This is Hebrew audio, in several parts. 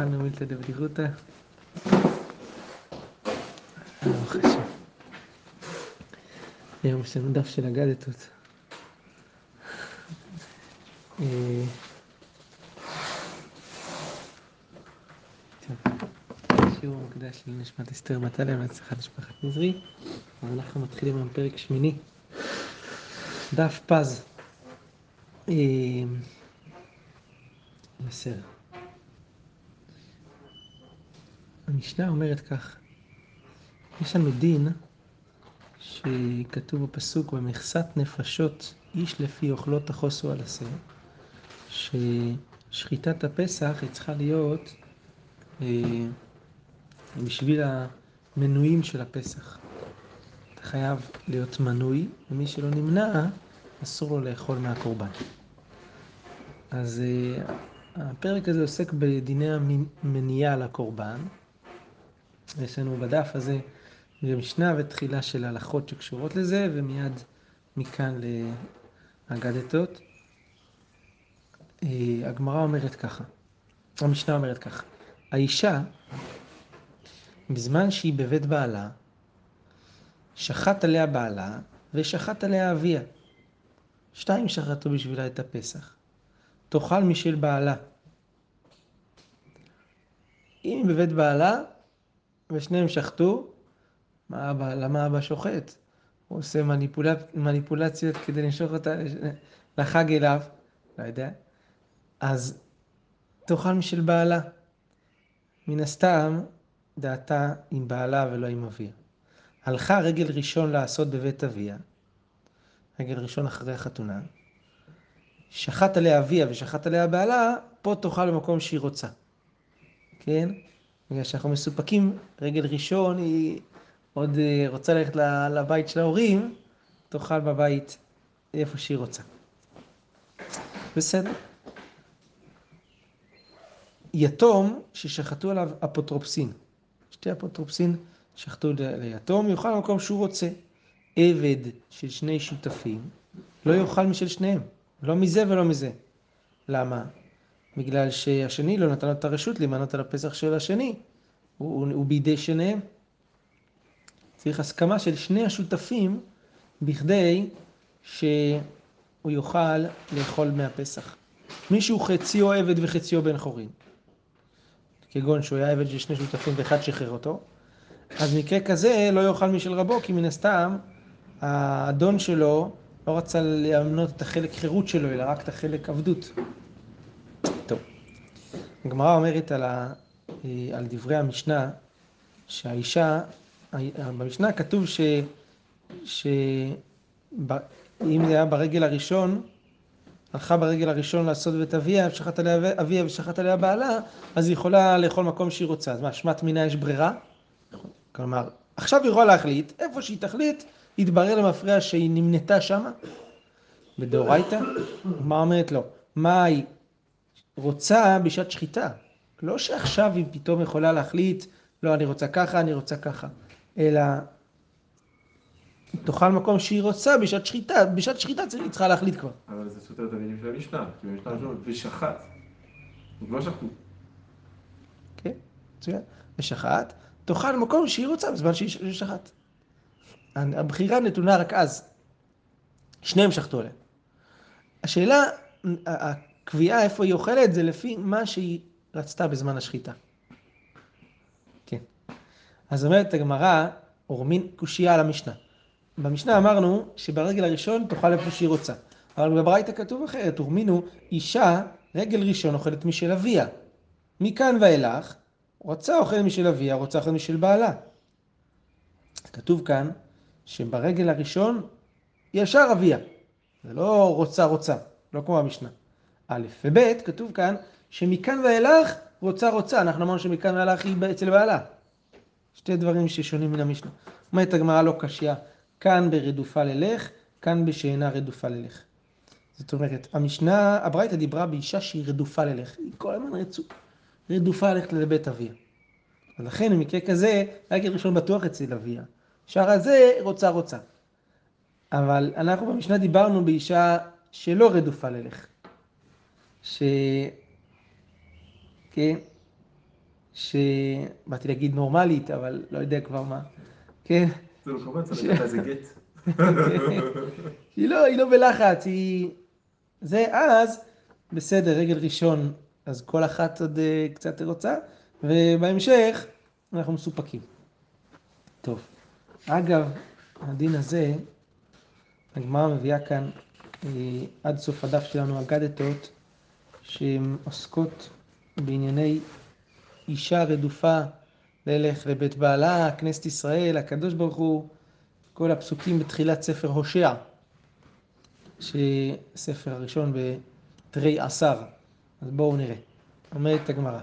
התחלנו מילתא דבדיחותא. ברוך השם. היום יש לנו דף של אגדתות. שיעור מוקדש לנשמת אסתר מטליה להצלחת משפחת נזרי. אנחנו מתחילים עם פרק שמיני. דף פז. בסדר. המשנה אומרת כך. יש לנו דין שכתוב בפסוק במכסת נפשות איש לפי אוכלו תחוסו על עשה, ששחיטת הפסח היא צריכה להיות בשביל המנויים של הפסח. אתה חייב להיות מנוי, ומי שלא נמנע אסור לו לאכול מהקורבן. אז הפרק הזה עוסק בדיני המניעה לקורבן. יש לנו בדף הזה משנה ותחילה של הלכות שקשורות לזה, ומיד מכאן לאגדתות. הגמרא אומרת ככה, המשנה אומרת ככה, האישה בזמן שהיא בבית בעלה שחט עליה בעלה ושחט עליה אביה, שתיים שחטו בשבילה את הפסח, תאכל משל בעלה. אם היא בבית בעלה ושניהם שחטו, למה אבא שוחט? הוא עושה מניפולציות כדי למשוך אותה לחג אליו, לא יודע. אז תאכל משל בעלה. מן הסתם דעתה עם בעלה ולא עם אביה. הלכה רגל ראשון לעשות בבית אביה, רגל ראשון אחרי החתונה, שחט עליה אביה ושחט עליה בעלה, פה תאכל במקום שהיא רוצה. כן? בגלל שאנחנו מסופקים, רגל ראשון היא עוד רוצה ללכת לבית של ההורים, תאכל בבית איפה שהיא רוצה. בסדר. יתום ששחטו עליו אפוטרופסין, שתי אפוטרופסין שחטו ליתום, יאכל במקום שהוא רוצה. עבד של שני שותפים לא יאכל משל שניהם, לא מזה ולא מזה. למה? בגלל שהשני לא נתן לו את הרשות להימנות על הפסח של השני, הוא בידי שניהם. צריך הסכמה של שני השותפים בכדי שהוא יוכל לאכול מהפסח. מישהו חציו עבד וחציו בן חורין, כגון שהוא היה עבד של שני שותפים ואחד שחרר אותו, אז מקרה כזה לא יאכל משל רבו, כי מן הסתם האדון שלו לא רצה להמנות את החלק חירות שלו, אלא רק את החלק עבדות. טוב. הגמרא אומרת על דברי המשנה, שהאישה, במשנה כתוב שאם זה היה ברגל הראשון, הלכה ברגל הראשון לעשות בית אביה, ושחט עליה אביה ושחט עליה בעלה, אז היא יכולה לאכול מקום שהיא רוצה. אז מה, שמת מינה יש ברירה? כלומר, עכשיו היא יכולה להחליט, איפה שהיא תחליט, יתברר למפרע שהיא נמנתה שמה. בדאורייתא, מה אומרת לו? מה היא רוצה בשעת שחיטה? לא שעכשיו היא פתאום יכולה להחליט, לא, אני רוצה ככה, אני רוצה ככה, אלא תאכל מקום שהיא רוצה בשעת שחיטה, בשעת שחיטה היא צריכה להחליט כבר. אבל זה סותר את המילים של המשנה, כי במשנה שלנו, ושחט, לא שחטו. כן, מצוין. ושחט, תאכל מקום שהיא רוצה בזמן שהיא שחט. הבחירה נתונה רק אז. שניהם שחטו עליה. השאלה, הקביעה איפה היא אוכלת זה לפי מה שהיא רצתה בזמן השחיטה. כן. אז אומרת הגמרא, אורמין קושייה על המשנה. במשנה אמרנו שברגל הראשון תאכל איפה שהיא רוצה. אבל בברייתא כתוב אחרת, אורמינו אישה רגל ראשון אוכלת משל אביה. מכאן ואילך, רוצה אוכל משל אביה, רוצה אוכל משל בעלה. כתוב כאן שברגל הראשון ישר אביה. זה לא רוצה, לא כמו המשנה. א' וב' כתוב כאן שמכאן ואילך רוצה. אנחנו אמרנו שמכאן ואילך היא אצל בעלה. שתי דברים ששונים מן המשנה. אומרת הגמרא לא קשיא, כאן ברדופה ללך, כאן בשאינה רדופה ללך. זאת אומרת, המשנה, הברייתא דיברה באישה שהיא רדופה ללך. היא כל הזמן רדופה ללכת לבית אביה. ולכן במקרה כזה, רגל ראשון בטוח אצל אביה. שאר הזה רוצה. אבל אנחנו במשנה דיברנו באישה שלא רדופה ללך. כן, שבאתי להגיד נורמלית, אבל לא יודע כבר מה, כן? זה לא כמובן, צריך לתת איזה גט. כן. היא לא בלחץ, זה אז, בסדר, רגל ראשון, אז כל אחת עוד קצת רוצה, ובהמשך אנחנו מסופקים. טוב, אגב, הדין הזה, הגמרא מביאה כאן עד סוף הדף שלנו אגדתות, שהן עוסקות בענייני אישה רדופה, ללך לבית בעלה, כנסת ישראל, הקדוש ברוך הוא, כל הפסוקים בתחילת ספר הושע, שספר הראשון בתרי עשר. אז בואו נראה. אומרת הגמרא.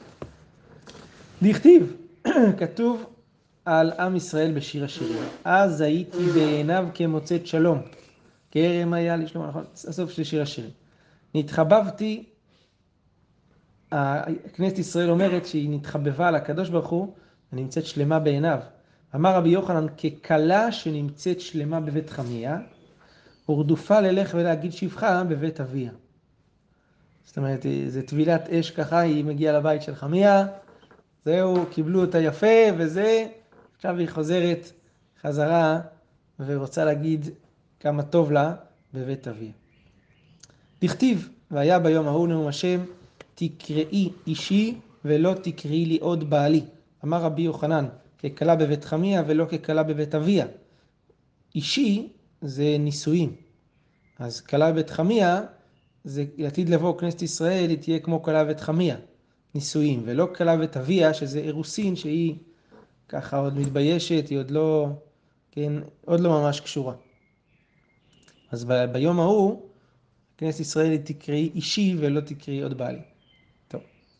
דכתיב, כתוב על עם ישראל בשיר השירים. אז הייתי בעיניו כמוצאת שלום. כרם היה לשלום, נכון? הסוף של שיר השירים. נתחבבתי, כנסת ישראל אומרת שהיא נתחבבה על הקדוש ברוך הוא, ונמצאת שלמה בעיניו. אמר רבי יוחנן, ככלה שנמצאת שלמה בבית חמיה, ורדופה ללך ולהגיד שבחה בבית אביה. זאת אומרת, זה טבילת אש ככה, היא מגיעה לבית של חמיה, זהו, קיבלו אותה יפה וזה, עכשיו היא חוזרת חזרה ורוצה להגיד כמה טוב לה בבית אביה. דכתיב, והיה ביום ההוא נאום השם, תקראי אישי ולא תקראי לי עוד בעלי. אמר רבי יוחנן, ככלה בבית חמיה ולא ככלה בבית אביה. אישי זה נישואים. אז כלה בבית חמיה, זה עתיד לבוא כנסת ישראל, היא תהיה כמו כלה בבית חמיה, נישואים, ולא כלה בבית אביה, שזה אירוסין, שהיא ככה עוד מתביישת, היא עוד לא, כן, עוד לא ממש קשורה. אז ביום ההוא, כנסת ישראל תקראי אישי ולא תקראי עוד בעלי. טוב.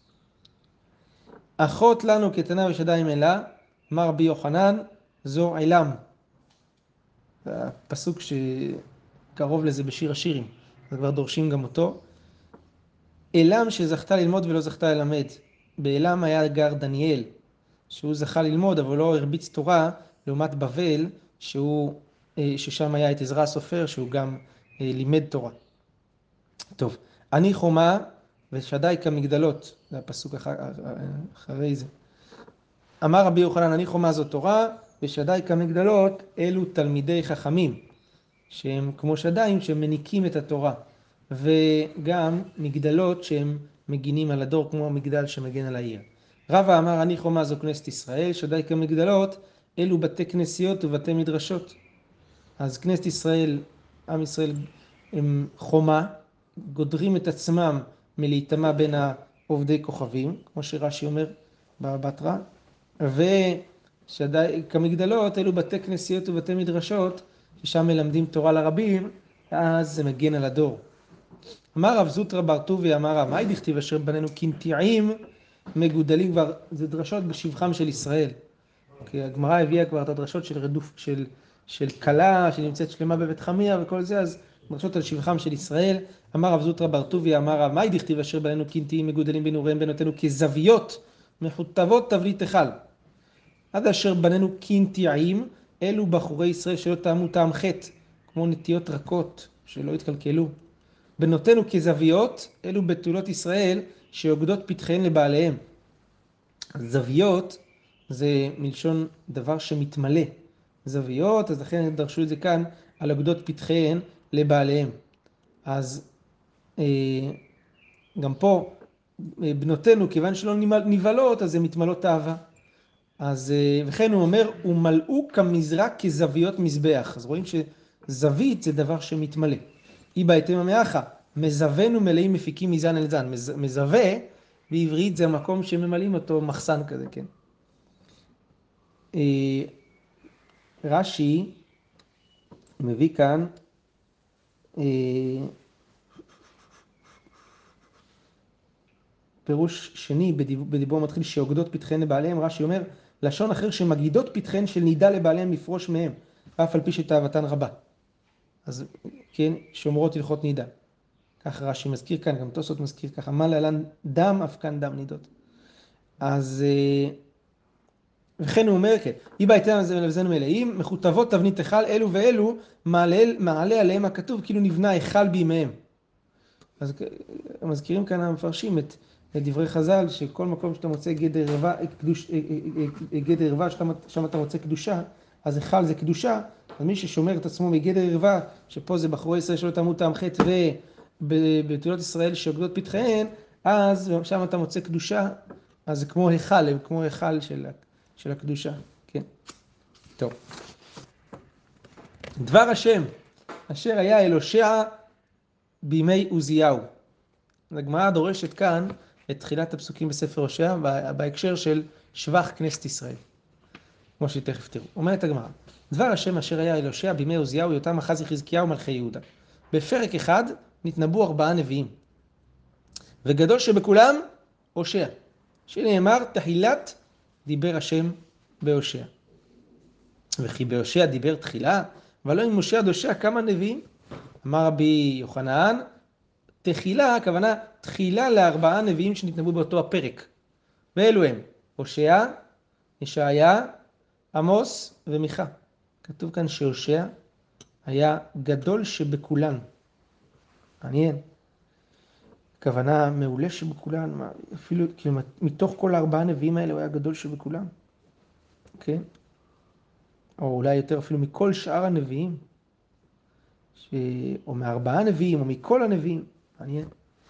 אחות לנו קטנה ושדיים אלה, אמר רבי יוחנן, זו עילם. זה הפסוק שקרוב לזה בשיר השירים, אז כבר דורשים גם אותו. אילם שזכתה ללמוד ולא זכתה ללמד. באילם היה גר דניאל, שהוא זכה ללמוד אבל לא הרביץ תורה, לעומת בבל, ששם היה את עזרא הסופר, שהוא גם לימד תורה. טוב, אני חומה ושדי כמגדלות, זה הפסוק אחרי זה. אמר רבי יוחנן, אני חומה זו תורה, ושדי כמגדלות אלו תלמידי חכמים, שהם כמו שדיים שמניקים את התורה, וגם מגדלות שהם מגינים על הדור, כמו המגדל שמגן על העיר. רבא אמר, אני חומה זו כנסת ישראל, שדי כמגדלות אלו בתי כנסיות ובתי מדרשות. אז כנסת ישראל, עם ישראל, הם חומה, גודרים את עצמם מלהיטמע בין העובדי כוכבים, כמו שרש"י אומר בבטרה, ושדי כמגדלות אלו בתי כנסיות ובתי מדרשות, ששם מלמדים תורה לרבים, אז זה מגן על הדור. אמר רב זוטרא בר טוביה, אמר רב, מהי דכתיב אשר בנינו קנטיעים מגודלים, כבר זה דרשות בשבחם של ישראל. כי הגמרא הביאה כבר את הדרשות של רדוף, של כלה שנמצאת שלמה בבית חמיה וכל זה, אז דרשות על שבחם של ישראל. אמר רב זוטרא בר טוביה, אמר רב, מהי דכתיב אשר בנינו קנטיעים מגודלים בנעוריהם בנותינו כזוויות מחוטבות תבליט היכל. עד אשר בנינו קנטיעים, אלו בחורי ישראל שלא טעמו טעם חטא, כמו נטיות רכות שלא התקלקלו. בנותינו כזוויות, אלו בתולות ישראל שיוגדות פתחיהן לבעליהם. זוויות זה מלשון דבר שמתמלא. זוויות, אז לכן דרשו את זה כאן, על אוגדות פתחיהן לבעליהם. אז גם פה, בנותינו, כיוון שלא נבלות, אז זה מתמלות אהבה. אז וכן הוא אומר, ומלאו כמזרע כזוויות מזבח. אז רואים שזווית זה דבר שמתמלא. היא בהתאם המאחה, מזוונו מלאים מפיקים מזן אל זן. מזווה בעברית זה המקום שממלאים אותו מחסן כזה, כן. רש"י מביא כאן פירוש שני בדיבור מתחיל שאוגדות פתחיהן לבעליהם. רש"י אומר, לשון אחר שמגידות פתחיהן של נידה לבעליהם לפרוש מהם, אף על פי שתאוותן רבה. אז כן, שומרות הלכות נידה. כך רש"י מזכיר כאן, גם תוספות מזכיר ככה, מה להלן דם, אף כאן דם נידות. אז וכן הוא אומר, כן, היא בהתאם לבזנו מלאים, מכותבות תבנית היכל אלו ואלו, מעלה עליהם הכתוב, כאילו נבנה היכל בימיהם. אז מזכירים כאן המפרשים את לדברי חז"ל, שכל מקום שאתה מוצא גדר ערווה, גדר ערווה, שם אתה מוצא קדושה, אז היכל זה קדושה, אז מי ששומר את עצמו מגדר ערווה, שפה זה בחורי ישראל שלא תמות טעם חטא, ובתולות ישראל שוגדות פתחיהן, אז שם אתה מוצא קדושה, אז זה כמו היכל, הם כמו היכל של הקדושה, כן. טוב. דבר השם, אשר היה אל הושע בימי עוזיהו. הגמרא דורשת כאן את תחילת הפסוקים בספר הושע, בהקשר של שבח כנסת ישראל. כמו שתכף תראו. אומרת הגמרא, דבר השם אשר היה אל הושע בימי עוזיהו, יותם אחז חזקיהו מלכי יהודה. בפרק אחד נתנבאו 4 נביאים. וגדול שבכולם, הושע. שנאמר, תחילת דיבר השם בהושע. וכי בהושע דיבר תחילה, ולא עם משה עד הושע כמה נביאים. אמר רבי יוחנן, תחילה, הכוונה תחילה ל4 נביאים שנתנבאו באותו הפרק. ואלו הם, הושע, ישעיה, עמוס ומיכה. כתוב כאן שהושע היה גדול שבכולן. מעניין. הכוונה מעולה שבכולן, אפילו כאילו, מתוך כל 4 נביאים האלה הוא היה גדול שבכולן. כן? או אולי יותר אפילו מכל שאר הנביאים. או מ4 נביאים, או מכל הנביאים. מעניין.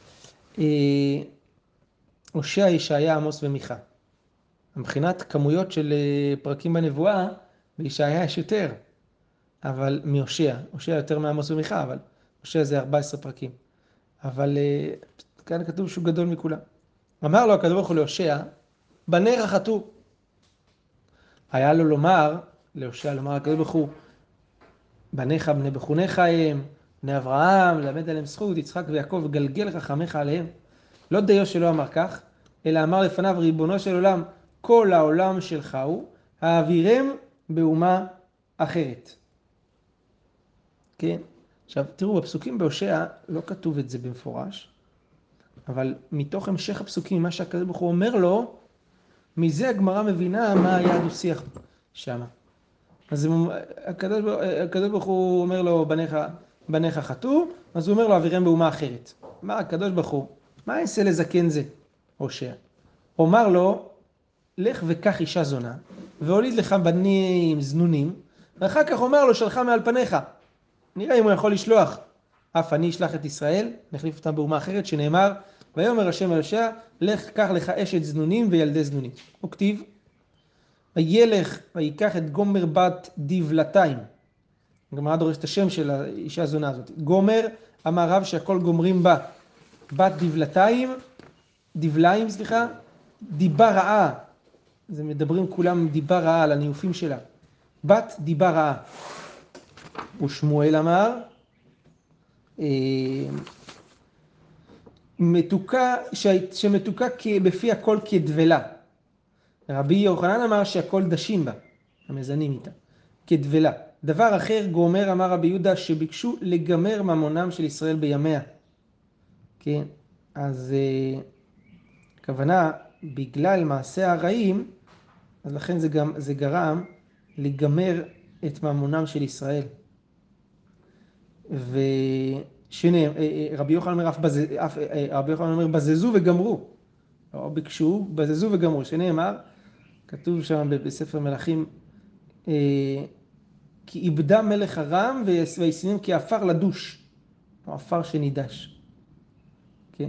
הושע, ישעיה, עמוס ומיכה. מבחינת כמויות של פרקים בנבואה, בישעיה יש יותר. אבל מהושע, הושע יותר מעמוס ומיכה, אבל הושע זה 14 פרקים. אבל כאן כתוב שהוא גדול מכולם. אמר לו הקדוש ברוך הוא להושע, בניך חטאו. היה לו לומר, להושע לומר הקדוש ברוך הוא, בניך בני בחוניך הם, בני אברהם, למד עליהם זכות, יצחק ויעקב, גלגל רחמך עליהם. לא דיו שלא אמר כך, אלא אמר לפניו, ריבונו של עולם, כל העולם שלך הוא, העבירם באומה אחרת. כן? עכשיו, תראו, בפסוקים בהושע לא כתוב את זה במפורש, אבל מתוך המשך הפסוקים, מה שהקדוש ברוך הוא אומר לו, מזה הגמרא מבינה מה היה הדו-שיח שם. אז הקדוש ברוך הוא אומר לו, בניך חטאו, אז הוא אומר לו, העבירם באומה אחרת. מה הקדוש ברוך הוא? מה יעשה לזקן זה? הושע. אומר לו, לך וקח אישה זונה, והוליד לך בנים זנונים, ואחר כך אומר לו, שלחה מעל פניך. נראה אם הוא יכול לשלוח. אף אני אשלח את ישראל, נחליף אותם באומה אחרת, שנאמר, ויאמר השם אל הושע, לך קח לך אשת זנונים וילדי זנונים. הוא כתיב, וילך ויקח את גומר בת דבלתיים. הגמרא דורשת את השם של האישה הזונה הזאת. גומר, אמר רב שהכל גומרים בה. בת דבליים, דיבה רעה. זה מדברים כולם דיבה רעה על הניופים שלה. בת דיבה רעה. ושמואל אמר, שמתוקה בפי הכל כדבלה. רבי יוחנן אמר שהכל דשים בה, המזנים איתה, כדבלה. דבר אחר גומר, אמר רבי יהודה, שביקשו לגמר ממונם של ישראל בימיה. כן, אז הכוונה, בגלל מעשה הרעים, אז לכן זה גרם לגמר את ממונם של ישראל. רבי יוחנן אומר, בזזו וגמרו. לא ביקשו, בזזו וגמרו. שנאמר, כתוב שם בספר מלכים, כי איבדה מלך ארם וישנאיהם כעפר לדוש, או עפר שנידש. כן?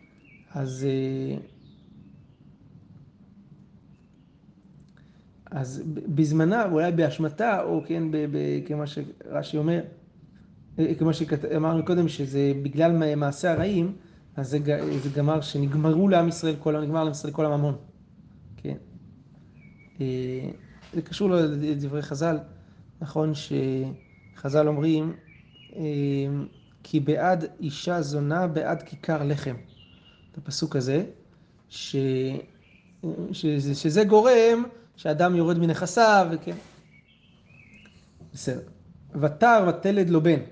אז בזמנה, אולי באשמתה, או כן, כמו שרש"י אומר, כמו שאמרנו קודם, שזה בגלל מעשה הרעים, אז זה גמר שנגמרו לעם ישראל, נגמר לעם ישראל כל הממון. כן. זה קשור לדברי חז"ל. נכון שחז"ל אומרים, כי בעד אישה זונה, בעד כיכר לחם. את הפסוק הזה, שזה גורם שאדם יורד מנכסיו, וכן. בסדר. ותר ותלד לו בן.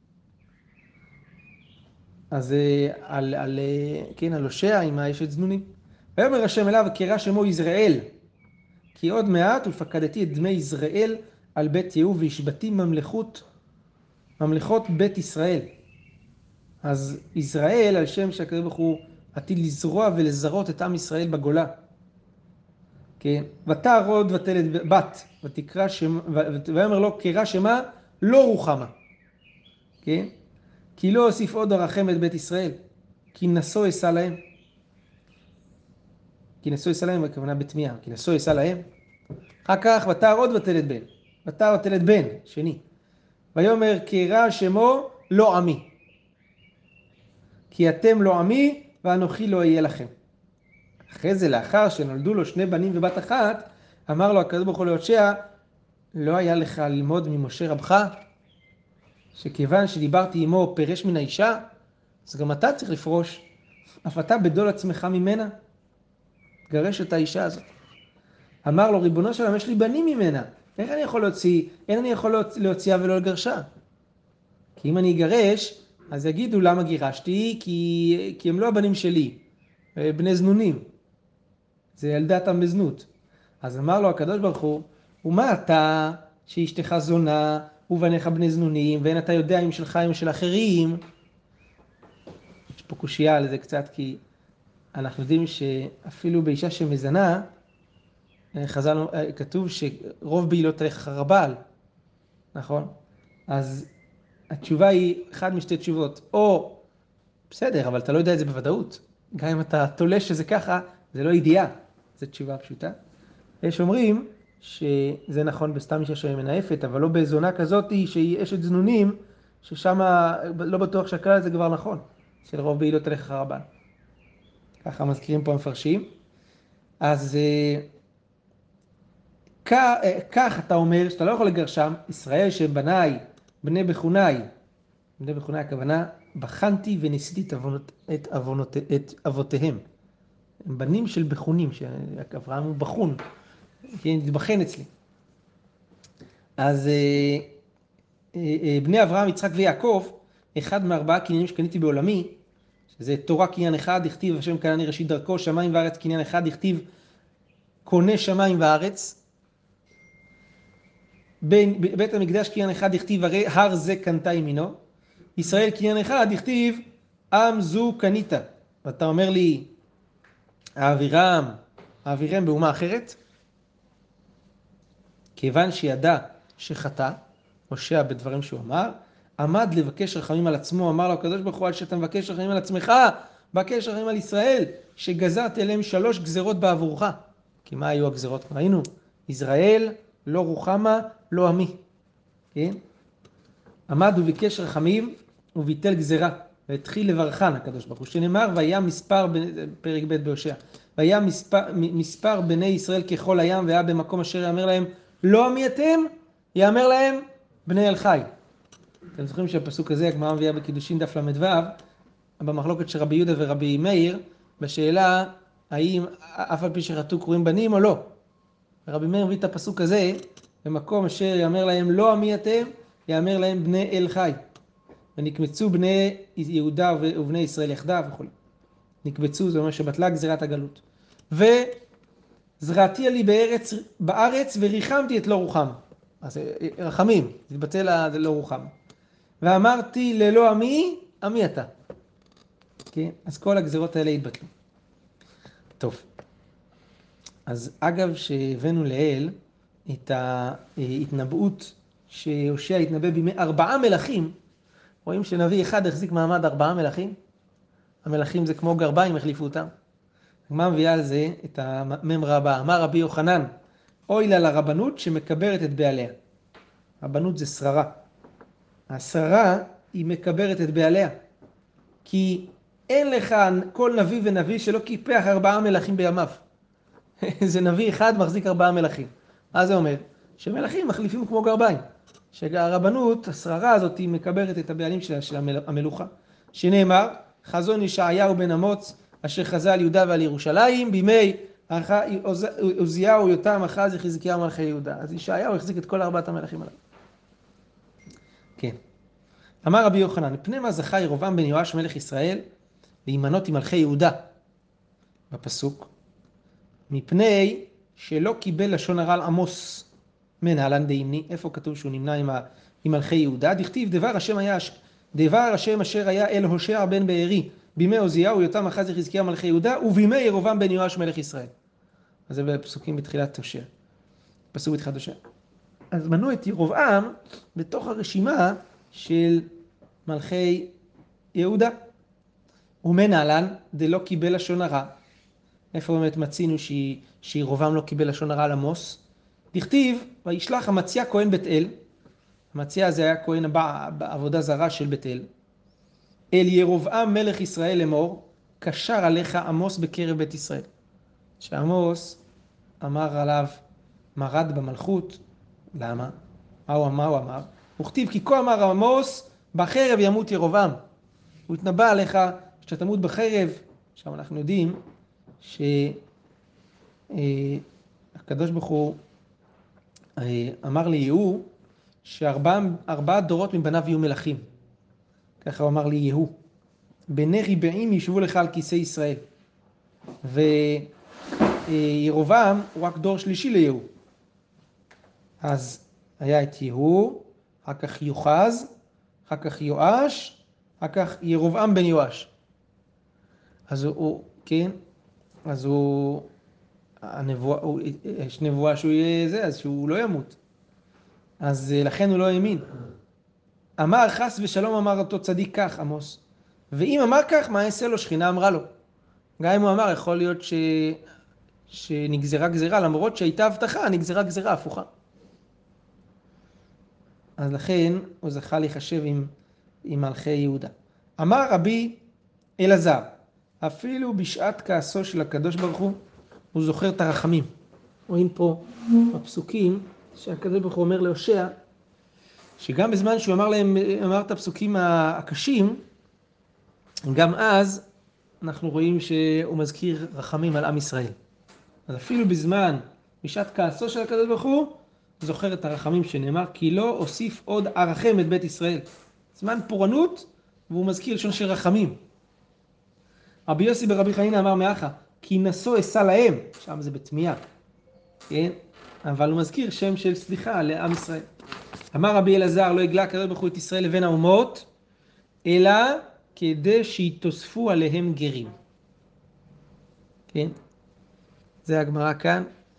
אז על הושע עם האשת זנונים. ויאמר השם אליו, קרא שמו יזרעאל, כי עוד מעט ופקדתי את דמי יזרעאל על בית יהוא והשבתי ממלכות בית ישראל. אז יזרעאל על שם שהקדוש ברוך הוא עתיד לזרוע ולזרות את עם ישראל בגולה. כן? ותערוד ותלד בת, ותקרא שמה, ויאמר לו קרא שמה לא רוחמה. כן? כי לא אוסיף עוד ארחם את בית ישראל, כי נשוא אשא להם. כי נשוא אשא להם, הכוונה בתמיהה, כי נשוא אשא להם. אחר כך ותערוד ותלד בן, ותערוד ותלד בן, שני. ויאמר קרא שמו לא עמי. כי אתם לא עמי ואנוכי לא אהיה לכם. אחרי זה, לאחר שנולדו לו שני בנים ובת אחת, אמר לו הקדוש ברוך הוא להושע, לא היה לך ללמוד ממשה רבך, שכיוון שדיברתי עמו פרש מן האישה, אז גם אתה צריך לפרוש, אף אתה בדול עצמך ממנה, גרש את האישה הזאת. אמר לו, ריבונו של עולם, יש לי בנים ממנה, איך אני יכול להוציא? אין אני יכול להוציאה ולא לגרשה. כי אם אני אגרש, אז יגידו למה גירשתי, כי הם לא הבנים שלי, בני זנונים. זה ילדתם בזנות. אז אמר לו הקדוש ברוך הוא, ומה אתה שאשתך זונה ובניך בני זנונים, ואין אתה יודע אם שלך אם של אחרים? יש פה קושייה על זה קצת, כי אנחנו יודעים שאפילו באישה שמזנה, חז"ל כתוב שרוב בעילות עליך חרבל, נכון? אז התשובה היא אחד משתי תשובות, או בסדר, אבל אתה לא יודע את זה בוודאות. גם אם אתה תולש שזה ככה, זה לא ידיעה. זו תשובה פשוטה. יש אומרים שזה נכון בסתם אישה שמנאפת, אבל לא בזונה כזאת שהיא אשת זנונים, ששם לא בטוח שהכלל הזה כבר נכון, של רוב בעילות עליך חרבל. ככה מזכירים פה המפרשים. אז כך אתה אומר שאתה לא יכול לגרשם, ישראל שבניי, בני בחוניי, בני בחוניי הכוונה, בחנתי וניסיתי את אבותיהם. הם בנים של בחונים, שאברהם הוא בחון, כי נתבחן אצלי. אז בני אברהם, יצחק ויעקב, אחד מארבעה קניינים שקניתי בעולמי, שזה תורה קניין אחד, הכתיב השם קנני ראשית דרכו, שמיים וארץ קניין אחד, הכתיב קונה שמיים וארץ. בית המקדש קניין אחד, הכתיב הר זה קנתה ימינו. ישראל קניין אחד, הכתיב עם זו קנית. ואתה אומר לי, האווירם באומה אחרת? כיוון שידע שחטא, הושע בדברים שהוא אמר, עמד לבקש רחמים על עצמו, אמר לו הקדוש ברוך הוא, עד שאתה מבקש רחמים על עצמך, בקש רחמים על ישראל, שגזרתי אליהם 3 גזרות בעבורך. כי מה היו הגזרות? ראינו, ישראל, לא רוחמה, לא עמי. כן? עמד וביקש רחמים וביטל גזרה, והתחיל לברכן הקדוש ברוך הוא, שנאמר, והיה מספר, פרק ב' בהושע, והיה מספר בני ישראל ככל הים, והיה במקום אשר יאמר להם, לא עמי אתם, יאמר להם, בני אל חי. אתם זוכרים שהפסוק הזה, הגמרא מביאה בקידושין דף ל"ו, במחלוקת של רבי יהודה ורבי מאיר, בשאלה, האם אף על פי שחטאו קרויים בנים או לא. רבי מאיר מביא את הפסוק הזה, במקום אשר יאמר להם, לא עמי אתם, יאמר להם, בני אל חי. ונקמצו בני יהודה ובני ישראל יחדיו וכו'. נקבצו, זה אומר שבטלה גזירת הגלות. וזרעתי לי בארץ וריחמתי את לא רוחם. אז רחמים, זה התבטא ללא רוחם. ואמרתי ללא עמי, עמי אתה. כן? אז כל הגזירות האלה התבטלו. טוב. אז אגב שהבאנו לאל את ההתנבאות שהושע התנבא בימי 4 מלכים, רואים שנביא אחד החזיק מעמד 4 מלכים. המלכים זה כמו גרביים, החליפו אותם. מה מביאה על זה את הממרה הבאה? אמר רבי יוחנן, אוי לה לרבנות שמקברת את בעליה. רבנות זה שררה. השררה היא מקברת את בעליה. כי אין לך כל נביא ונביא שלא קיפח 4 מלכים בימיו. זה נביא אחד מחזיק 4 מלכים. מה זה אומר? שמלכים מחליפים כמו גרביים. שהרבנות, השררה הזאת, היא מקברת את הבעלים של המלוכה. שנאמר, חזון ישעיהו בן אמוץ, אשר חזה על יהודה ועל ירושלים, בימי עוזיהו, יותם, אחז, חזקיהו מלכי יהודה. אז ישעיהו החזיק את כל 4 המלכים עליו. כן. אמר רבי יוחנן, מפני מה זכה ירבעם בן יואש מלך ישראל להימנות עם מלכי יהודה? בפסוק, מפני שלא קיבל לשון הרע על עמוס מנהלן דאמני. איפה כתוב שהוא נמנה עם מלכי יהודה? דכתיב דבר השם אשר היה אל הושע בן בארי בימי עוזיהו, יותם אחז יחזקיה מלכי יהודה, ובימי ירובעם בן יואש מלך ישראל. אז זה בפסוקים בתחילת הושע. פסוק בתחילת הושע. אז מנו את ירובעם בתוך הרשימה של מלכי יהודה. ומנהלן דלא קיבל לשון הרע. איפה באמת מצינו שירובעם לא קיבל לשון הרע על עמוס? דכתיב, וישלח אמציה כהן בית אל. אמציה זה היה כהן בעבודה זרה של בית אל. אל ירובעם מלך ישראל לאמור, קשר עליך עמוס בקרב בית ישראל. שעמוס אמר עליו, מרד במלכות. למה? מה הוא אמר? הוא כתיב, כי כה אמר עמוס, בחרב ימות ירובעם. הוא התנבא עליך שאתה תמות בחרב. עכשיו אנחנו יודעים שהקדוש ברוך הוא אמר ליהוא שארבעה דורות מבניו יהיו מלכים. ככה הוא אמר ליהוא. בני ריבעים ישבו לך על כיסא ישראל. וירובעם הוא רק דור שלישי ליהוא. אז היה את יהוא, אחר כך יוחז, אחר כך יואש, אחר כך ירובעם בן יואש. אז הוא, כן, אז הוא, הנבואה, יש נבואה שהוא יהיה זה, אז שהוא לא ימות. אז לכן הוא לא האמין. אמר חס ושלום אמר אותו צדיק כך, עמוס. ואם אמר כך, מה יעשה לו? שכינה אמרה לו. גם אם הוא אמר, יכול להיות שנגזרה גזירה, למרות שהייתה הבטחה, נגזרה גזירה הפוכה. אז לכן הוא זכה להיחשב עם מלכי יהודה. אמר רבי אלעזר, אפילו בשעת כעסו של הקדוש ברוך הוא זוכר את הרחמים. רואים פה בפסוקים שהקדוש ברוך הוא אומר להושע, שגם בזמן שהוא אמר את הפסוקים הקשים, גם אז אנחנו רואים שהוא מזכיר רחמים על עם ישראל. אז אפילו בשעת כעסו של הקדוש ברוך הוא זוכר את הרחמים שנאמר, כי לא הוסיף עוד ארחם את בית ישראל. זמן פורענות, והוא מזכיר לשון של רחמים. רבי יוסי ברבי חנינא אמר מאחה, כי נשוא אשא להם, שם זה בתמיהה, כן? אבל הוא מזכיר שם של סליחה לעם ישראל. אמר רבי אלעזר, לא הגלה הקדוש ברוך הוא את ישראל לבין האומות, אלא כדי שיתוספו עליהם גרים. כן? זה הגמרא כאן,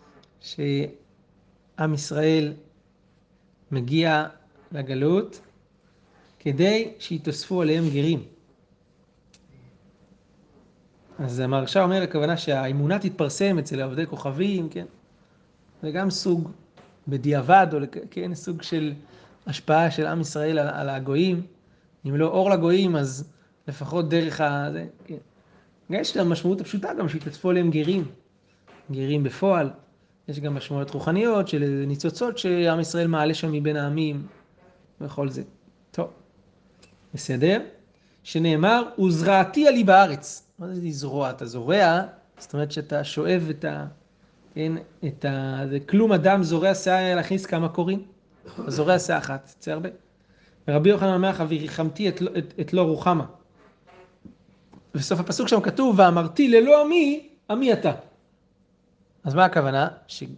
שעם ישראל מגיע לגלות, כדי שיתוספו עליהם גרים. אז המהרש"א אומר, הכוונה שהאמונה תתפרסם אצל עובדי כוכבים, כן? זה גם סוג בדיעבד, או כן, סוג של השפעה של עם ישראל על הגויים. אם לא אור לגויים, אז לפחות דרך זה, כן. יש גם משמעות הפשוטה, גם שיתוספו עליהם גרים. גרים בפועל. יש גם משמעויות רוחניות של ניצוצות שעם ישראל מעלה שם מבין העמים, וכל זה. טוב, בסדר? שנאמר, וזרעתי עלי בארץ. מה זה לזרוע? אתה זורע, זאת אומרת שאתה שואב זה כלום אדם זורע שאה להכניס כמה קוראים. אז זורע שאה אחת, זה הרבה. ורבי יוחנן אומר לך, וריחמתי את לא רוחמה. בסוף הפסוק שם כתוב, ואמרתי ללא עמי, עמי אתה. אז מה הכוונה?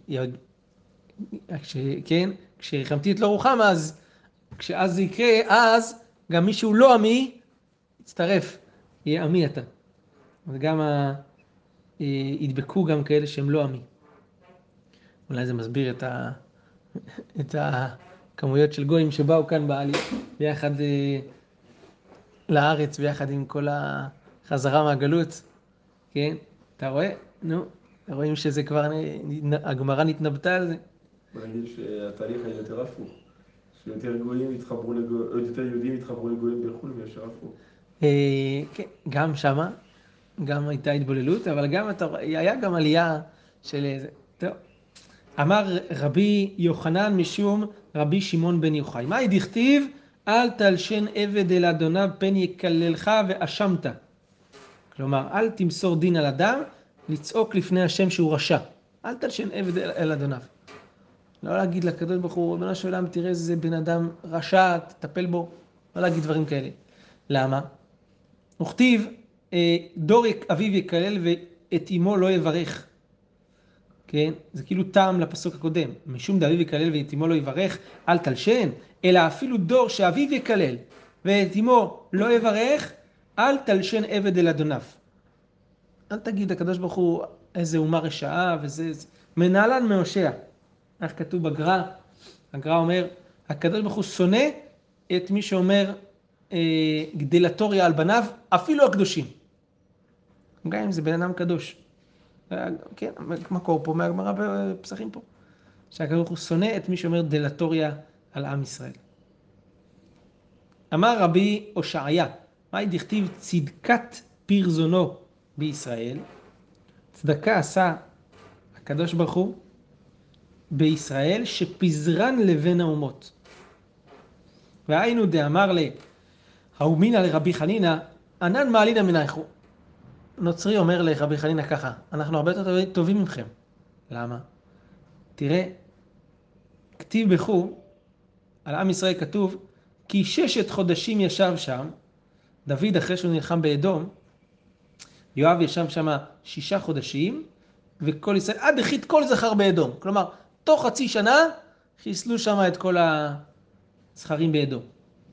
כן, כשריחמתי את לא רוחמה, אז כשאז זה יקרה, אז גם מישהו לא עמי, יצטרף, יהיה עמי אתה. אז גם ידבקו גם כאלה שהם לא עמי. אולי זה מסביר את הכמויות של גויים שבאו כאן ביחד לארץ, ביחד עם כל החזרה מהגלות. כן? אתה רואה? נו, רואים שזה כבר, הגמרא נתנבטה על זה. בוא נגיד שהתהליך היה יותר הפוך. שיותר גויים יתחברו לגויים, יותר יהודים יתחברו לגויים בחו"ל וישר הפוך. כן, גם שמה, גם הייתה התבוללות, אבל גם היה גם עלייה של איזה, טוב. אמר רבי יוחנן משום רבי שמעון בן יוחאי. מה דכתיב? אל תלשן עבד אל אדוניו פן יקללך ואשמת. כלומר, אל תמסור דין על אדם, לצעוק לפני השם שהוא רשע. אל תלשן עבד אל אדוניו. לא להגיד לקדוש ברוך הוא, ריבונו של עולם, תראה איזה בן אדם רשע, תטפל בו. לא להגיד דברים כאלה. למה? וכתיב, דור אביו יקלל ואת אמו לא יברך. כן? זה כאילו טעם לפסוק הקודם. משום דאביו יקלל ואת אמו לא יברך, אל תלשן, אלא אפילו דור שאביו יקלל ואת אמו לא יברך, אל תלשן עבד אל אדוניו. אל תגיד הקדוש ברוך הוא איזה אומה רשעה וזה, מנהלן מהושע. איך כתוב בגר"א? הגר"א אומר, הקדוש ברוך הוא שונא את מי שאומר גדלתוריה על בניו, אפילו הקדושים. גם אם זה בן אדם קדוש. כן, מקור פה מהגמרא בפסחים פה. שהקדוש ברוך הוא שונא את מי שאומר דלתוריה על עם ישראל. אמר רבי הושעיה, מהי דכתיב צדקת פרזונו בישראל? צדקה עשה הקדוש ברוך הוא בישראל שפזרן לבין האומות. והיינו דאמר להאומינא לרבי חנינא, ענן מעלינא מנייכו. נוצרי אומר לרבי חנינא ככה, אנחנו הרבה יותר טובים מכם. למה? תראה, כתיב בכו, על עם ישראל כתוב, כי 6 חודשים ישב שם, דוד אחרי שהוא נלחם באדום, יואב ישב שם 6 חודשים, וכל ישראל, עד החית כל זכר באדום. כלומר, תוך חצי שנה, חיסלו שם את כל הזכרים באדום.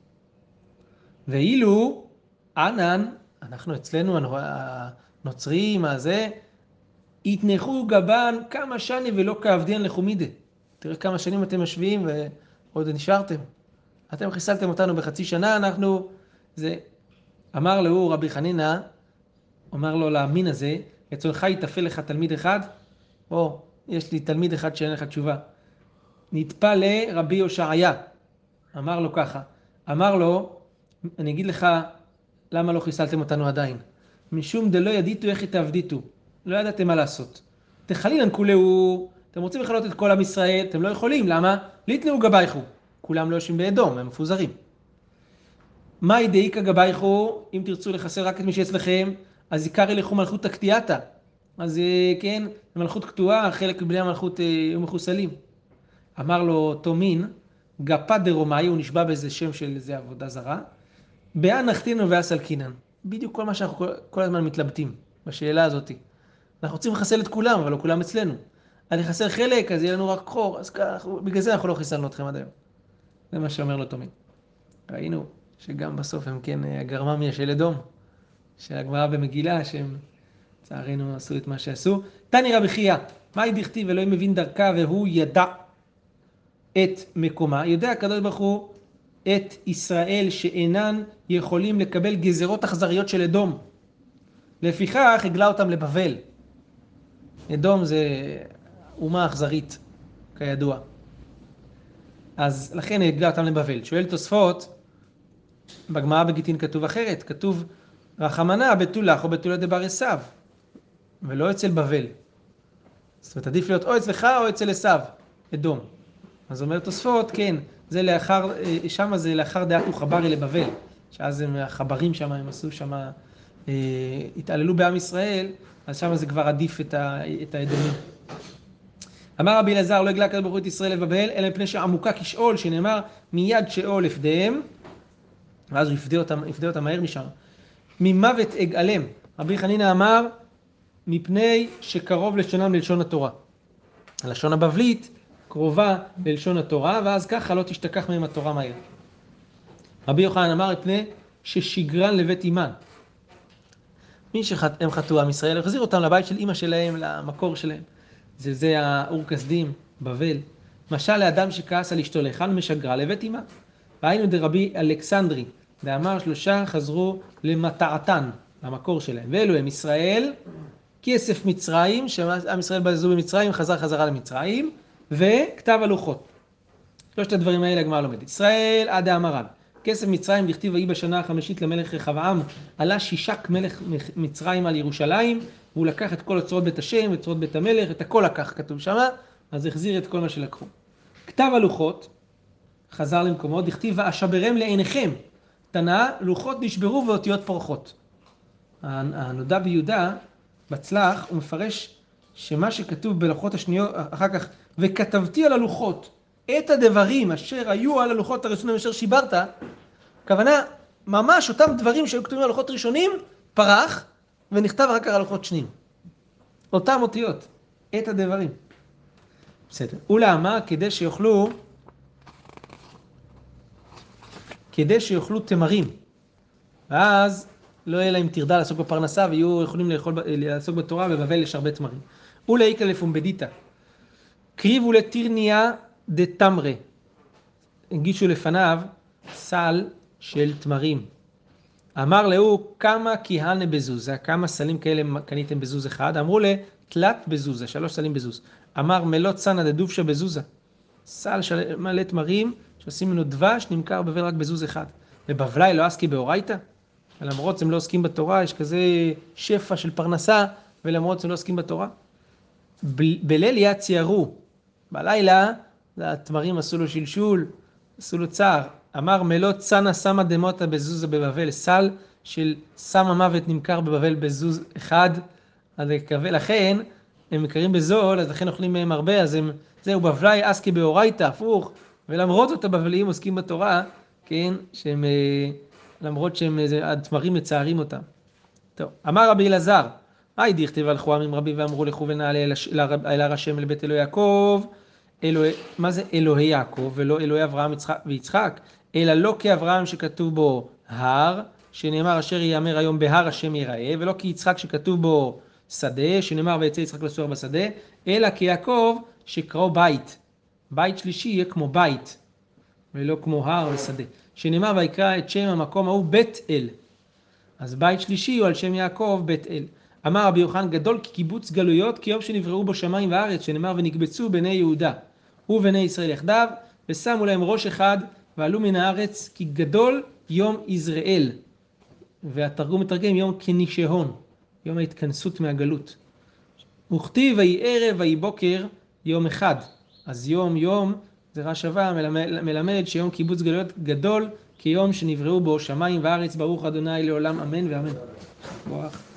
ואילו, ענן, אנחנו אצלנו, הנוצרים, הזה, התנחו גבן כמה שנים ולא כעבדיין לחומידה. תראה כמה שנים אתם משווים ועוד נשארתם. אתם חיסלתם אותנו בחצי שנה, אנחנו, זה, אמר לו רבי חנינא, אומר לו למין הזה, אצלך יתפל לך תלמיד אחד, או יש לי תלמיד אחד שאין לך תשובה. נטפל לרבי הושעיה, אמר לו ככה, אמר לו, אני אגיד לך למה לא חיסלתם אותנו עדיין. משום דלא ידיתו איך תעבדיתו, לא ידעתם מה לעשות. תחלילן כולהו, אתם רוצים לכלות את כל עם ישראל, אתם לא יכולים, למה? ליתנאו גבייכו, כולם לא יושבים באדום, הם מפוזרים. מה ידעיקה גבייכו, אם תרצו לחסר רק את מי שאצלכם, אז עיקר ילכו מלכות תקטיאתה. אז כן, מלכות קטועה, חלק מבני המלכות היו מחוסלים. אמר לו אותו מין, גפה דרומאי, הוא נשבע באיזה שם של איזה עבודה זרה, באה נחתינו ואסלקינן. בדיוק כל מה שאנחנו כל הזמן מתלבטים בשאלה הזאת. אנחנו רוצים לחסל את כולם, אבל לא כולם אצלנו. אני חסר חלק, אז יהיה לנו רק חור, אז בגלל זה אנחנו לא חיסלנו אתכם עד היום. זה מה שאומר לו אותו מין. ראינו שגם בסוף הם כן הגרממיה של אדום, של הגמרא במגילה, שהם צערנו עשו את מה שעשו. תני רבי חייא, מהי דכתיב אלוהים מבין דרכה והוא ידע את מקומה? יודע הקדוש ברוך הוא את ישראל שאינן יכולים לקבל גזרות אכזריות של אדום. לפיכך הגלה אותם לבבל. אדום זה אומה אכזרית, כידוע. אז לכן הגלה אותם לבבל. שואל תוספות, בגמרא בגיטין כתוב אחרת, כתוב רחמנה בתולך או בתולת דבר עשיו, ולא אצל בבל. זאת אומרת, עדיף להיות או אצלך או אצל עשיו, אדום. אז אומר תוספות, כן, זה לאחר, שם זה לאחר דעת וחברי לבבל, שאז הם החברים שם, הם עשו שם, התעללו בעם ישראל, אז שם זה כבר עדיף את האדומים. אמר רבי אלעזר, לא הגלה הקדוש ברוך הוא את ישראל לבבל, אלא מפני שעמוקה כשאול, שנאמר מיד שאול יפדיהם, ואז הוא יפדה אותם מהר משם. ממוות אגאלם. רבי חנינא אמר, מפני שקרוב לשונם ללשון התורה. הלשון הבבלית קרובה ללשון התורה, ואז ככה לא תשתכח מהם התורה מהר. רבי יוחנן אמר, מפני ששגרן לבית אימן. מי שהם חטאו עם ישראל, החזיר אותם לבית של אמא שלהם, למקור שלהם. זה האור כסדים, בבל. משל לאדם שכעס על אשתו להיכן משגרה לבית אימה. והיינו דרבי אלכסנדרי, ואמר 3 חזרו למטעתן, למקור שלהם. ואלו הם ישראל, כסף מצרים, שעם ישראל בזו במצרים, חזרה למצרים, וכתב הלוחות. 3 הדברים האלה הגמרא לומד. ישראל עד האמרן. כסף מצרים דכתיב ויהי בשנה החמישית למלך רחבעם, עלה שישק מלך מצרים על ירושלים, והוא לקח את כל אוצרות בית השם, אוצרות בית המלך, את הכל לקח, כתוב שמה, אז החזיר את כל מה שלקחו. כתב הלוחות, חזר למקומו, דכתיב ואשברם לעיניכם, תנא, לוחות נשברו ואותיות פורחות. הנודע ביהודה, בצלח, הוא מפרש שמה שכתוב בלוחות השניות, אחר כך, וכתבתי על הלוחות את הדברים אשר היו על הלוחות הראשונים אשר שיברת, הכוונה, ממש אותם דברים שהיו כתובים על הלוחות ראשונים, פרח, ונכתב רק על הלוחות שניים. אותם אותיות, את הדברים. בסדר. ולמה? כדי שיוכלו תמרים. ואז לא יהיה להם תרדה לעסוק בפרנסה, ויהיו יכולים לעסוק בתורה, בבבל יש הרבה תמרים. ולאיקה לפומבדיתא, קריבו לטירניה דתמרה, הגישו לפניו סל של תמרים. אמר לו, כמה כיהנה בזוזה, כמה סלים כאלה קניתם בזוז אחד? אמרו לה, תלת בזוזה, 3 סלים בזוז. אמר מלוא צנא דדובשא בזוזה, סל של מלא תמרים, שעושים ממנו דבש, נמכר בבל רק בזוז אחד. ובבלי לא עסקי באורייתא, ולמרות הם לא עוסקים בתורה, יש כזה שפע של פרנסה, ולמרות הם לא עוסקים בתורה. בליל יציירו, בלילה, התמרים עשו לו שלשול, עשו לו צער. אמר מלוא צנא סמא דמותא בזוזה בבבל, סל של סם המוות נמכר בבבל בזוז אחד, אז לכן הם מקרים בזול, אז לכן אוכלים מהם הרבה, אז הם, זהו, בבלי עסקי באורייתא, הפוך, ולמרות זאת הבבליים עוסקים בתורה, כן, שהם, למרות שהם, התמרים מצערים אותם. טוב, אמר רבי אלעזר, היי דכתיב הלכו עמים רבים ואמרו לכו ונעלה אל הר השם אל בית אלוהי יעקב, מה זה אלוהי יעקב ולא אלוהי אברהם ויצחק? אלא לא כאברהם שכתוב בו הר, שנאמר אשר יאמר היום בהר השם ייראה, ולא כיצחק שכתוב בו שדה, שנאמר ויצא יצחק לסוח בשדה, אלא כיעקב שקראו בית. בית שלישי יהיה כמו בית, ולא כמו הר ושדה. שנאמר ויקרא את שם המקום ההוא בית אל. אז בית שלישי הוא על שם יעקב בית אל. אמר רבי יוחנן גדול כקיבוץ גלויות כיום שנבראו בו שמיים וארץ, שנאמר ונקבצו בני יהודה ובני ישראל יחדיו, ושמו להם ראש אחד ועלו מן הארץ, כי גדול יום יזרעאל. והתרגום מתרגם יום כנישהון, יום ההתכנסות מהגלות. וכתיב ויהי ערב ויהי בוקר יום אחד. אז יום זה רש"י מלמד שיום קיבוץ גלויות גדול כיום שנבראו בו שמיים וארץ, ברוך ה' לעולם אמן ואמן.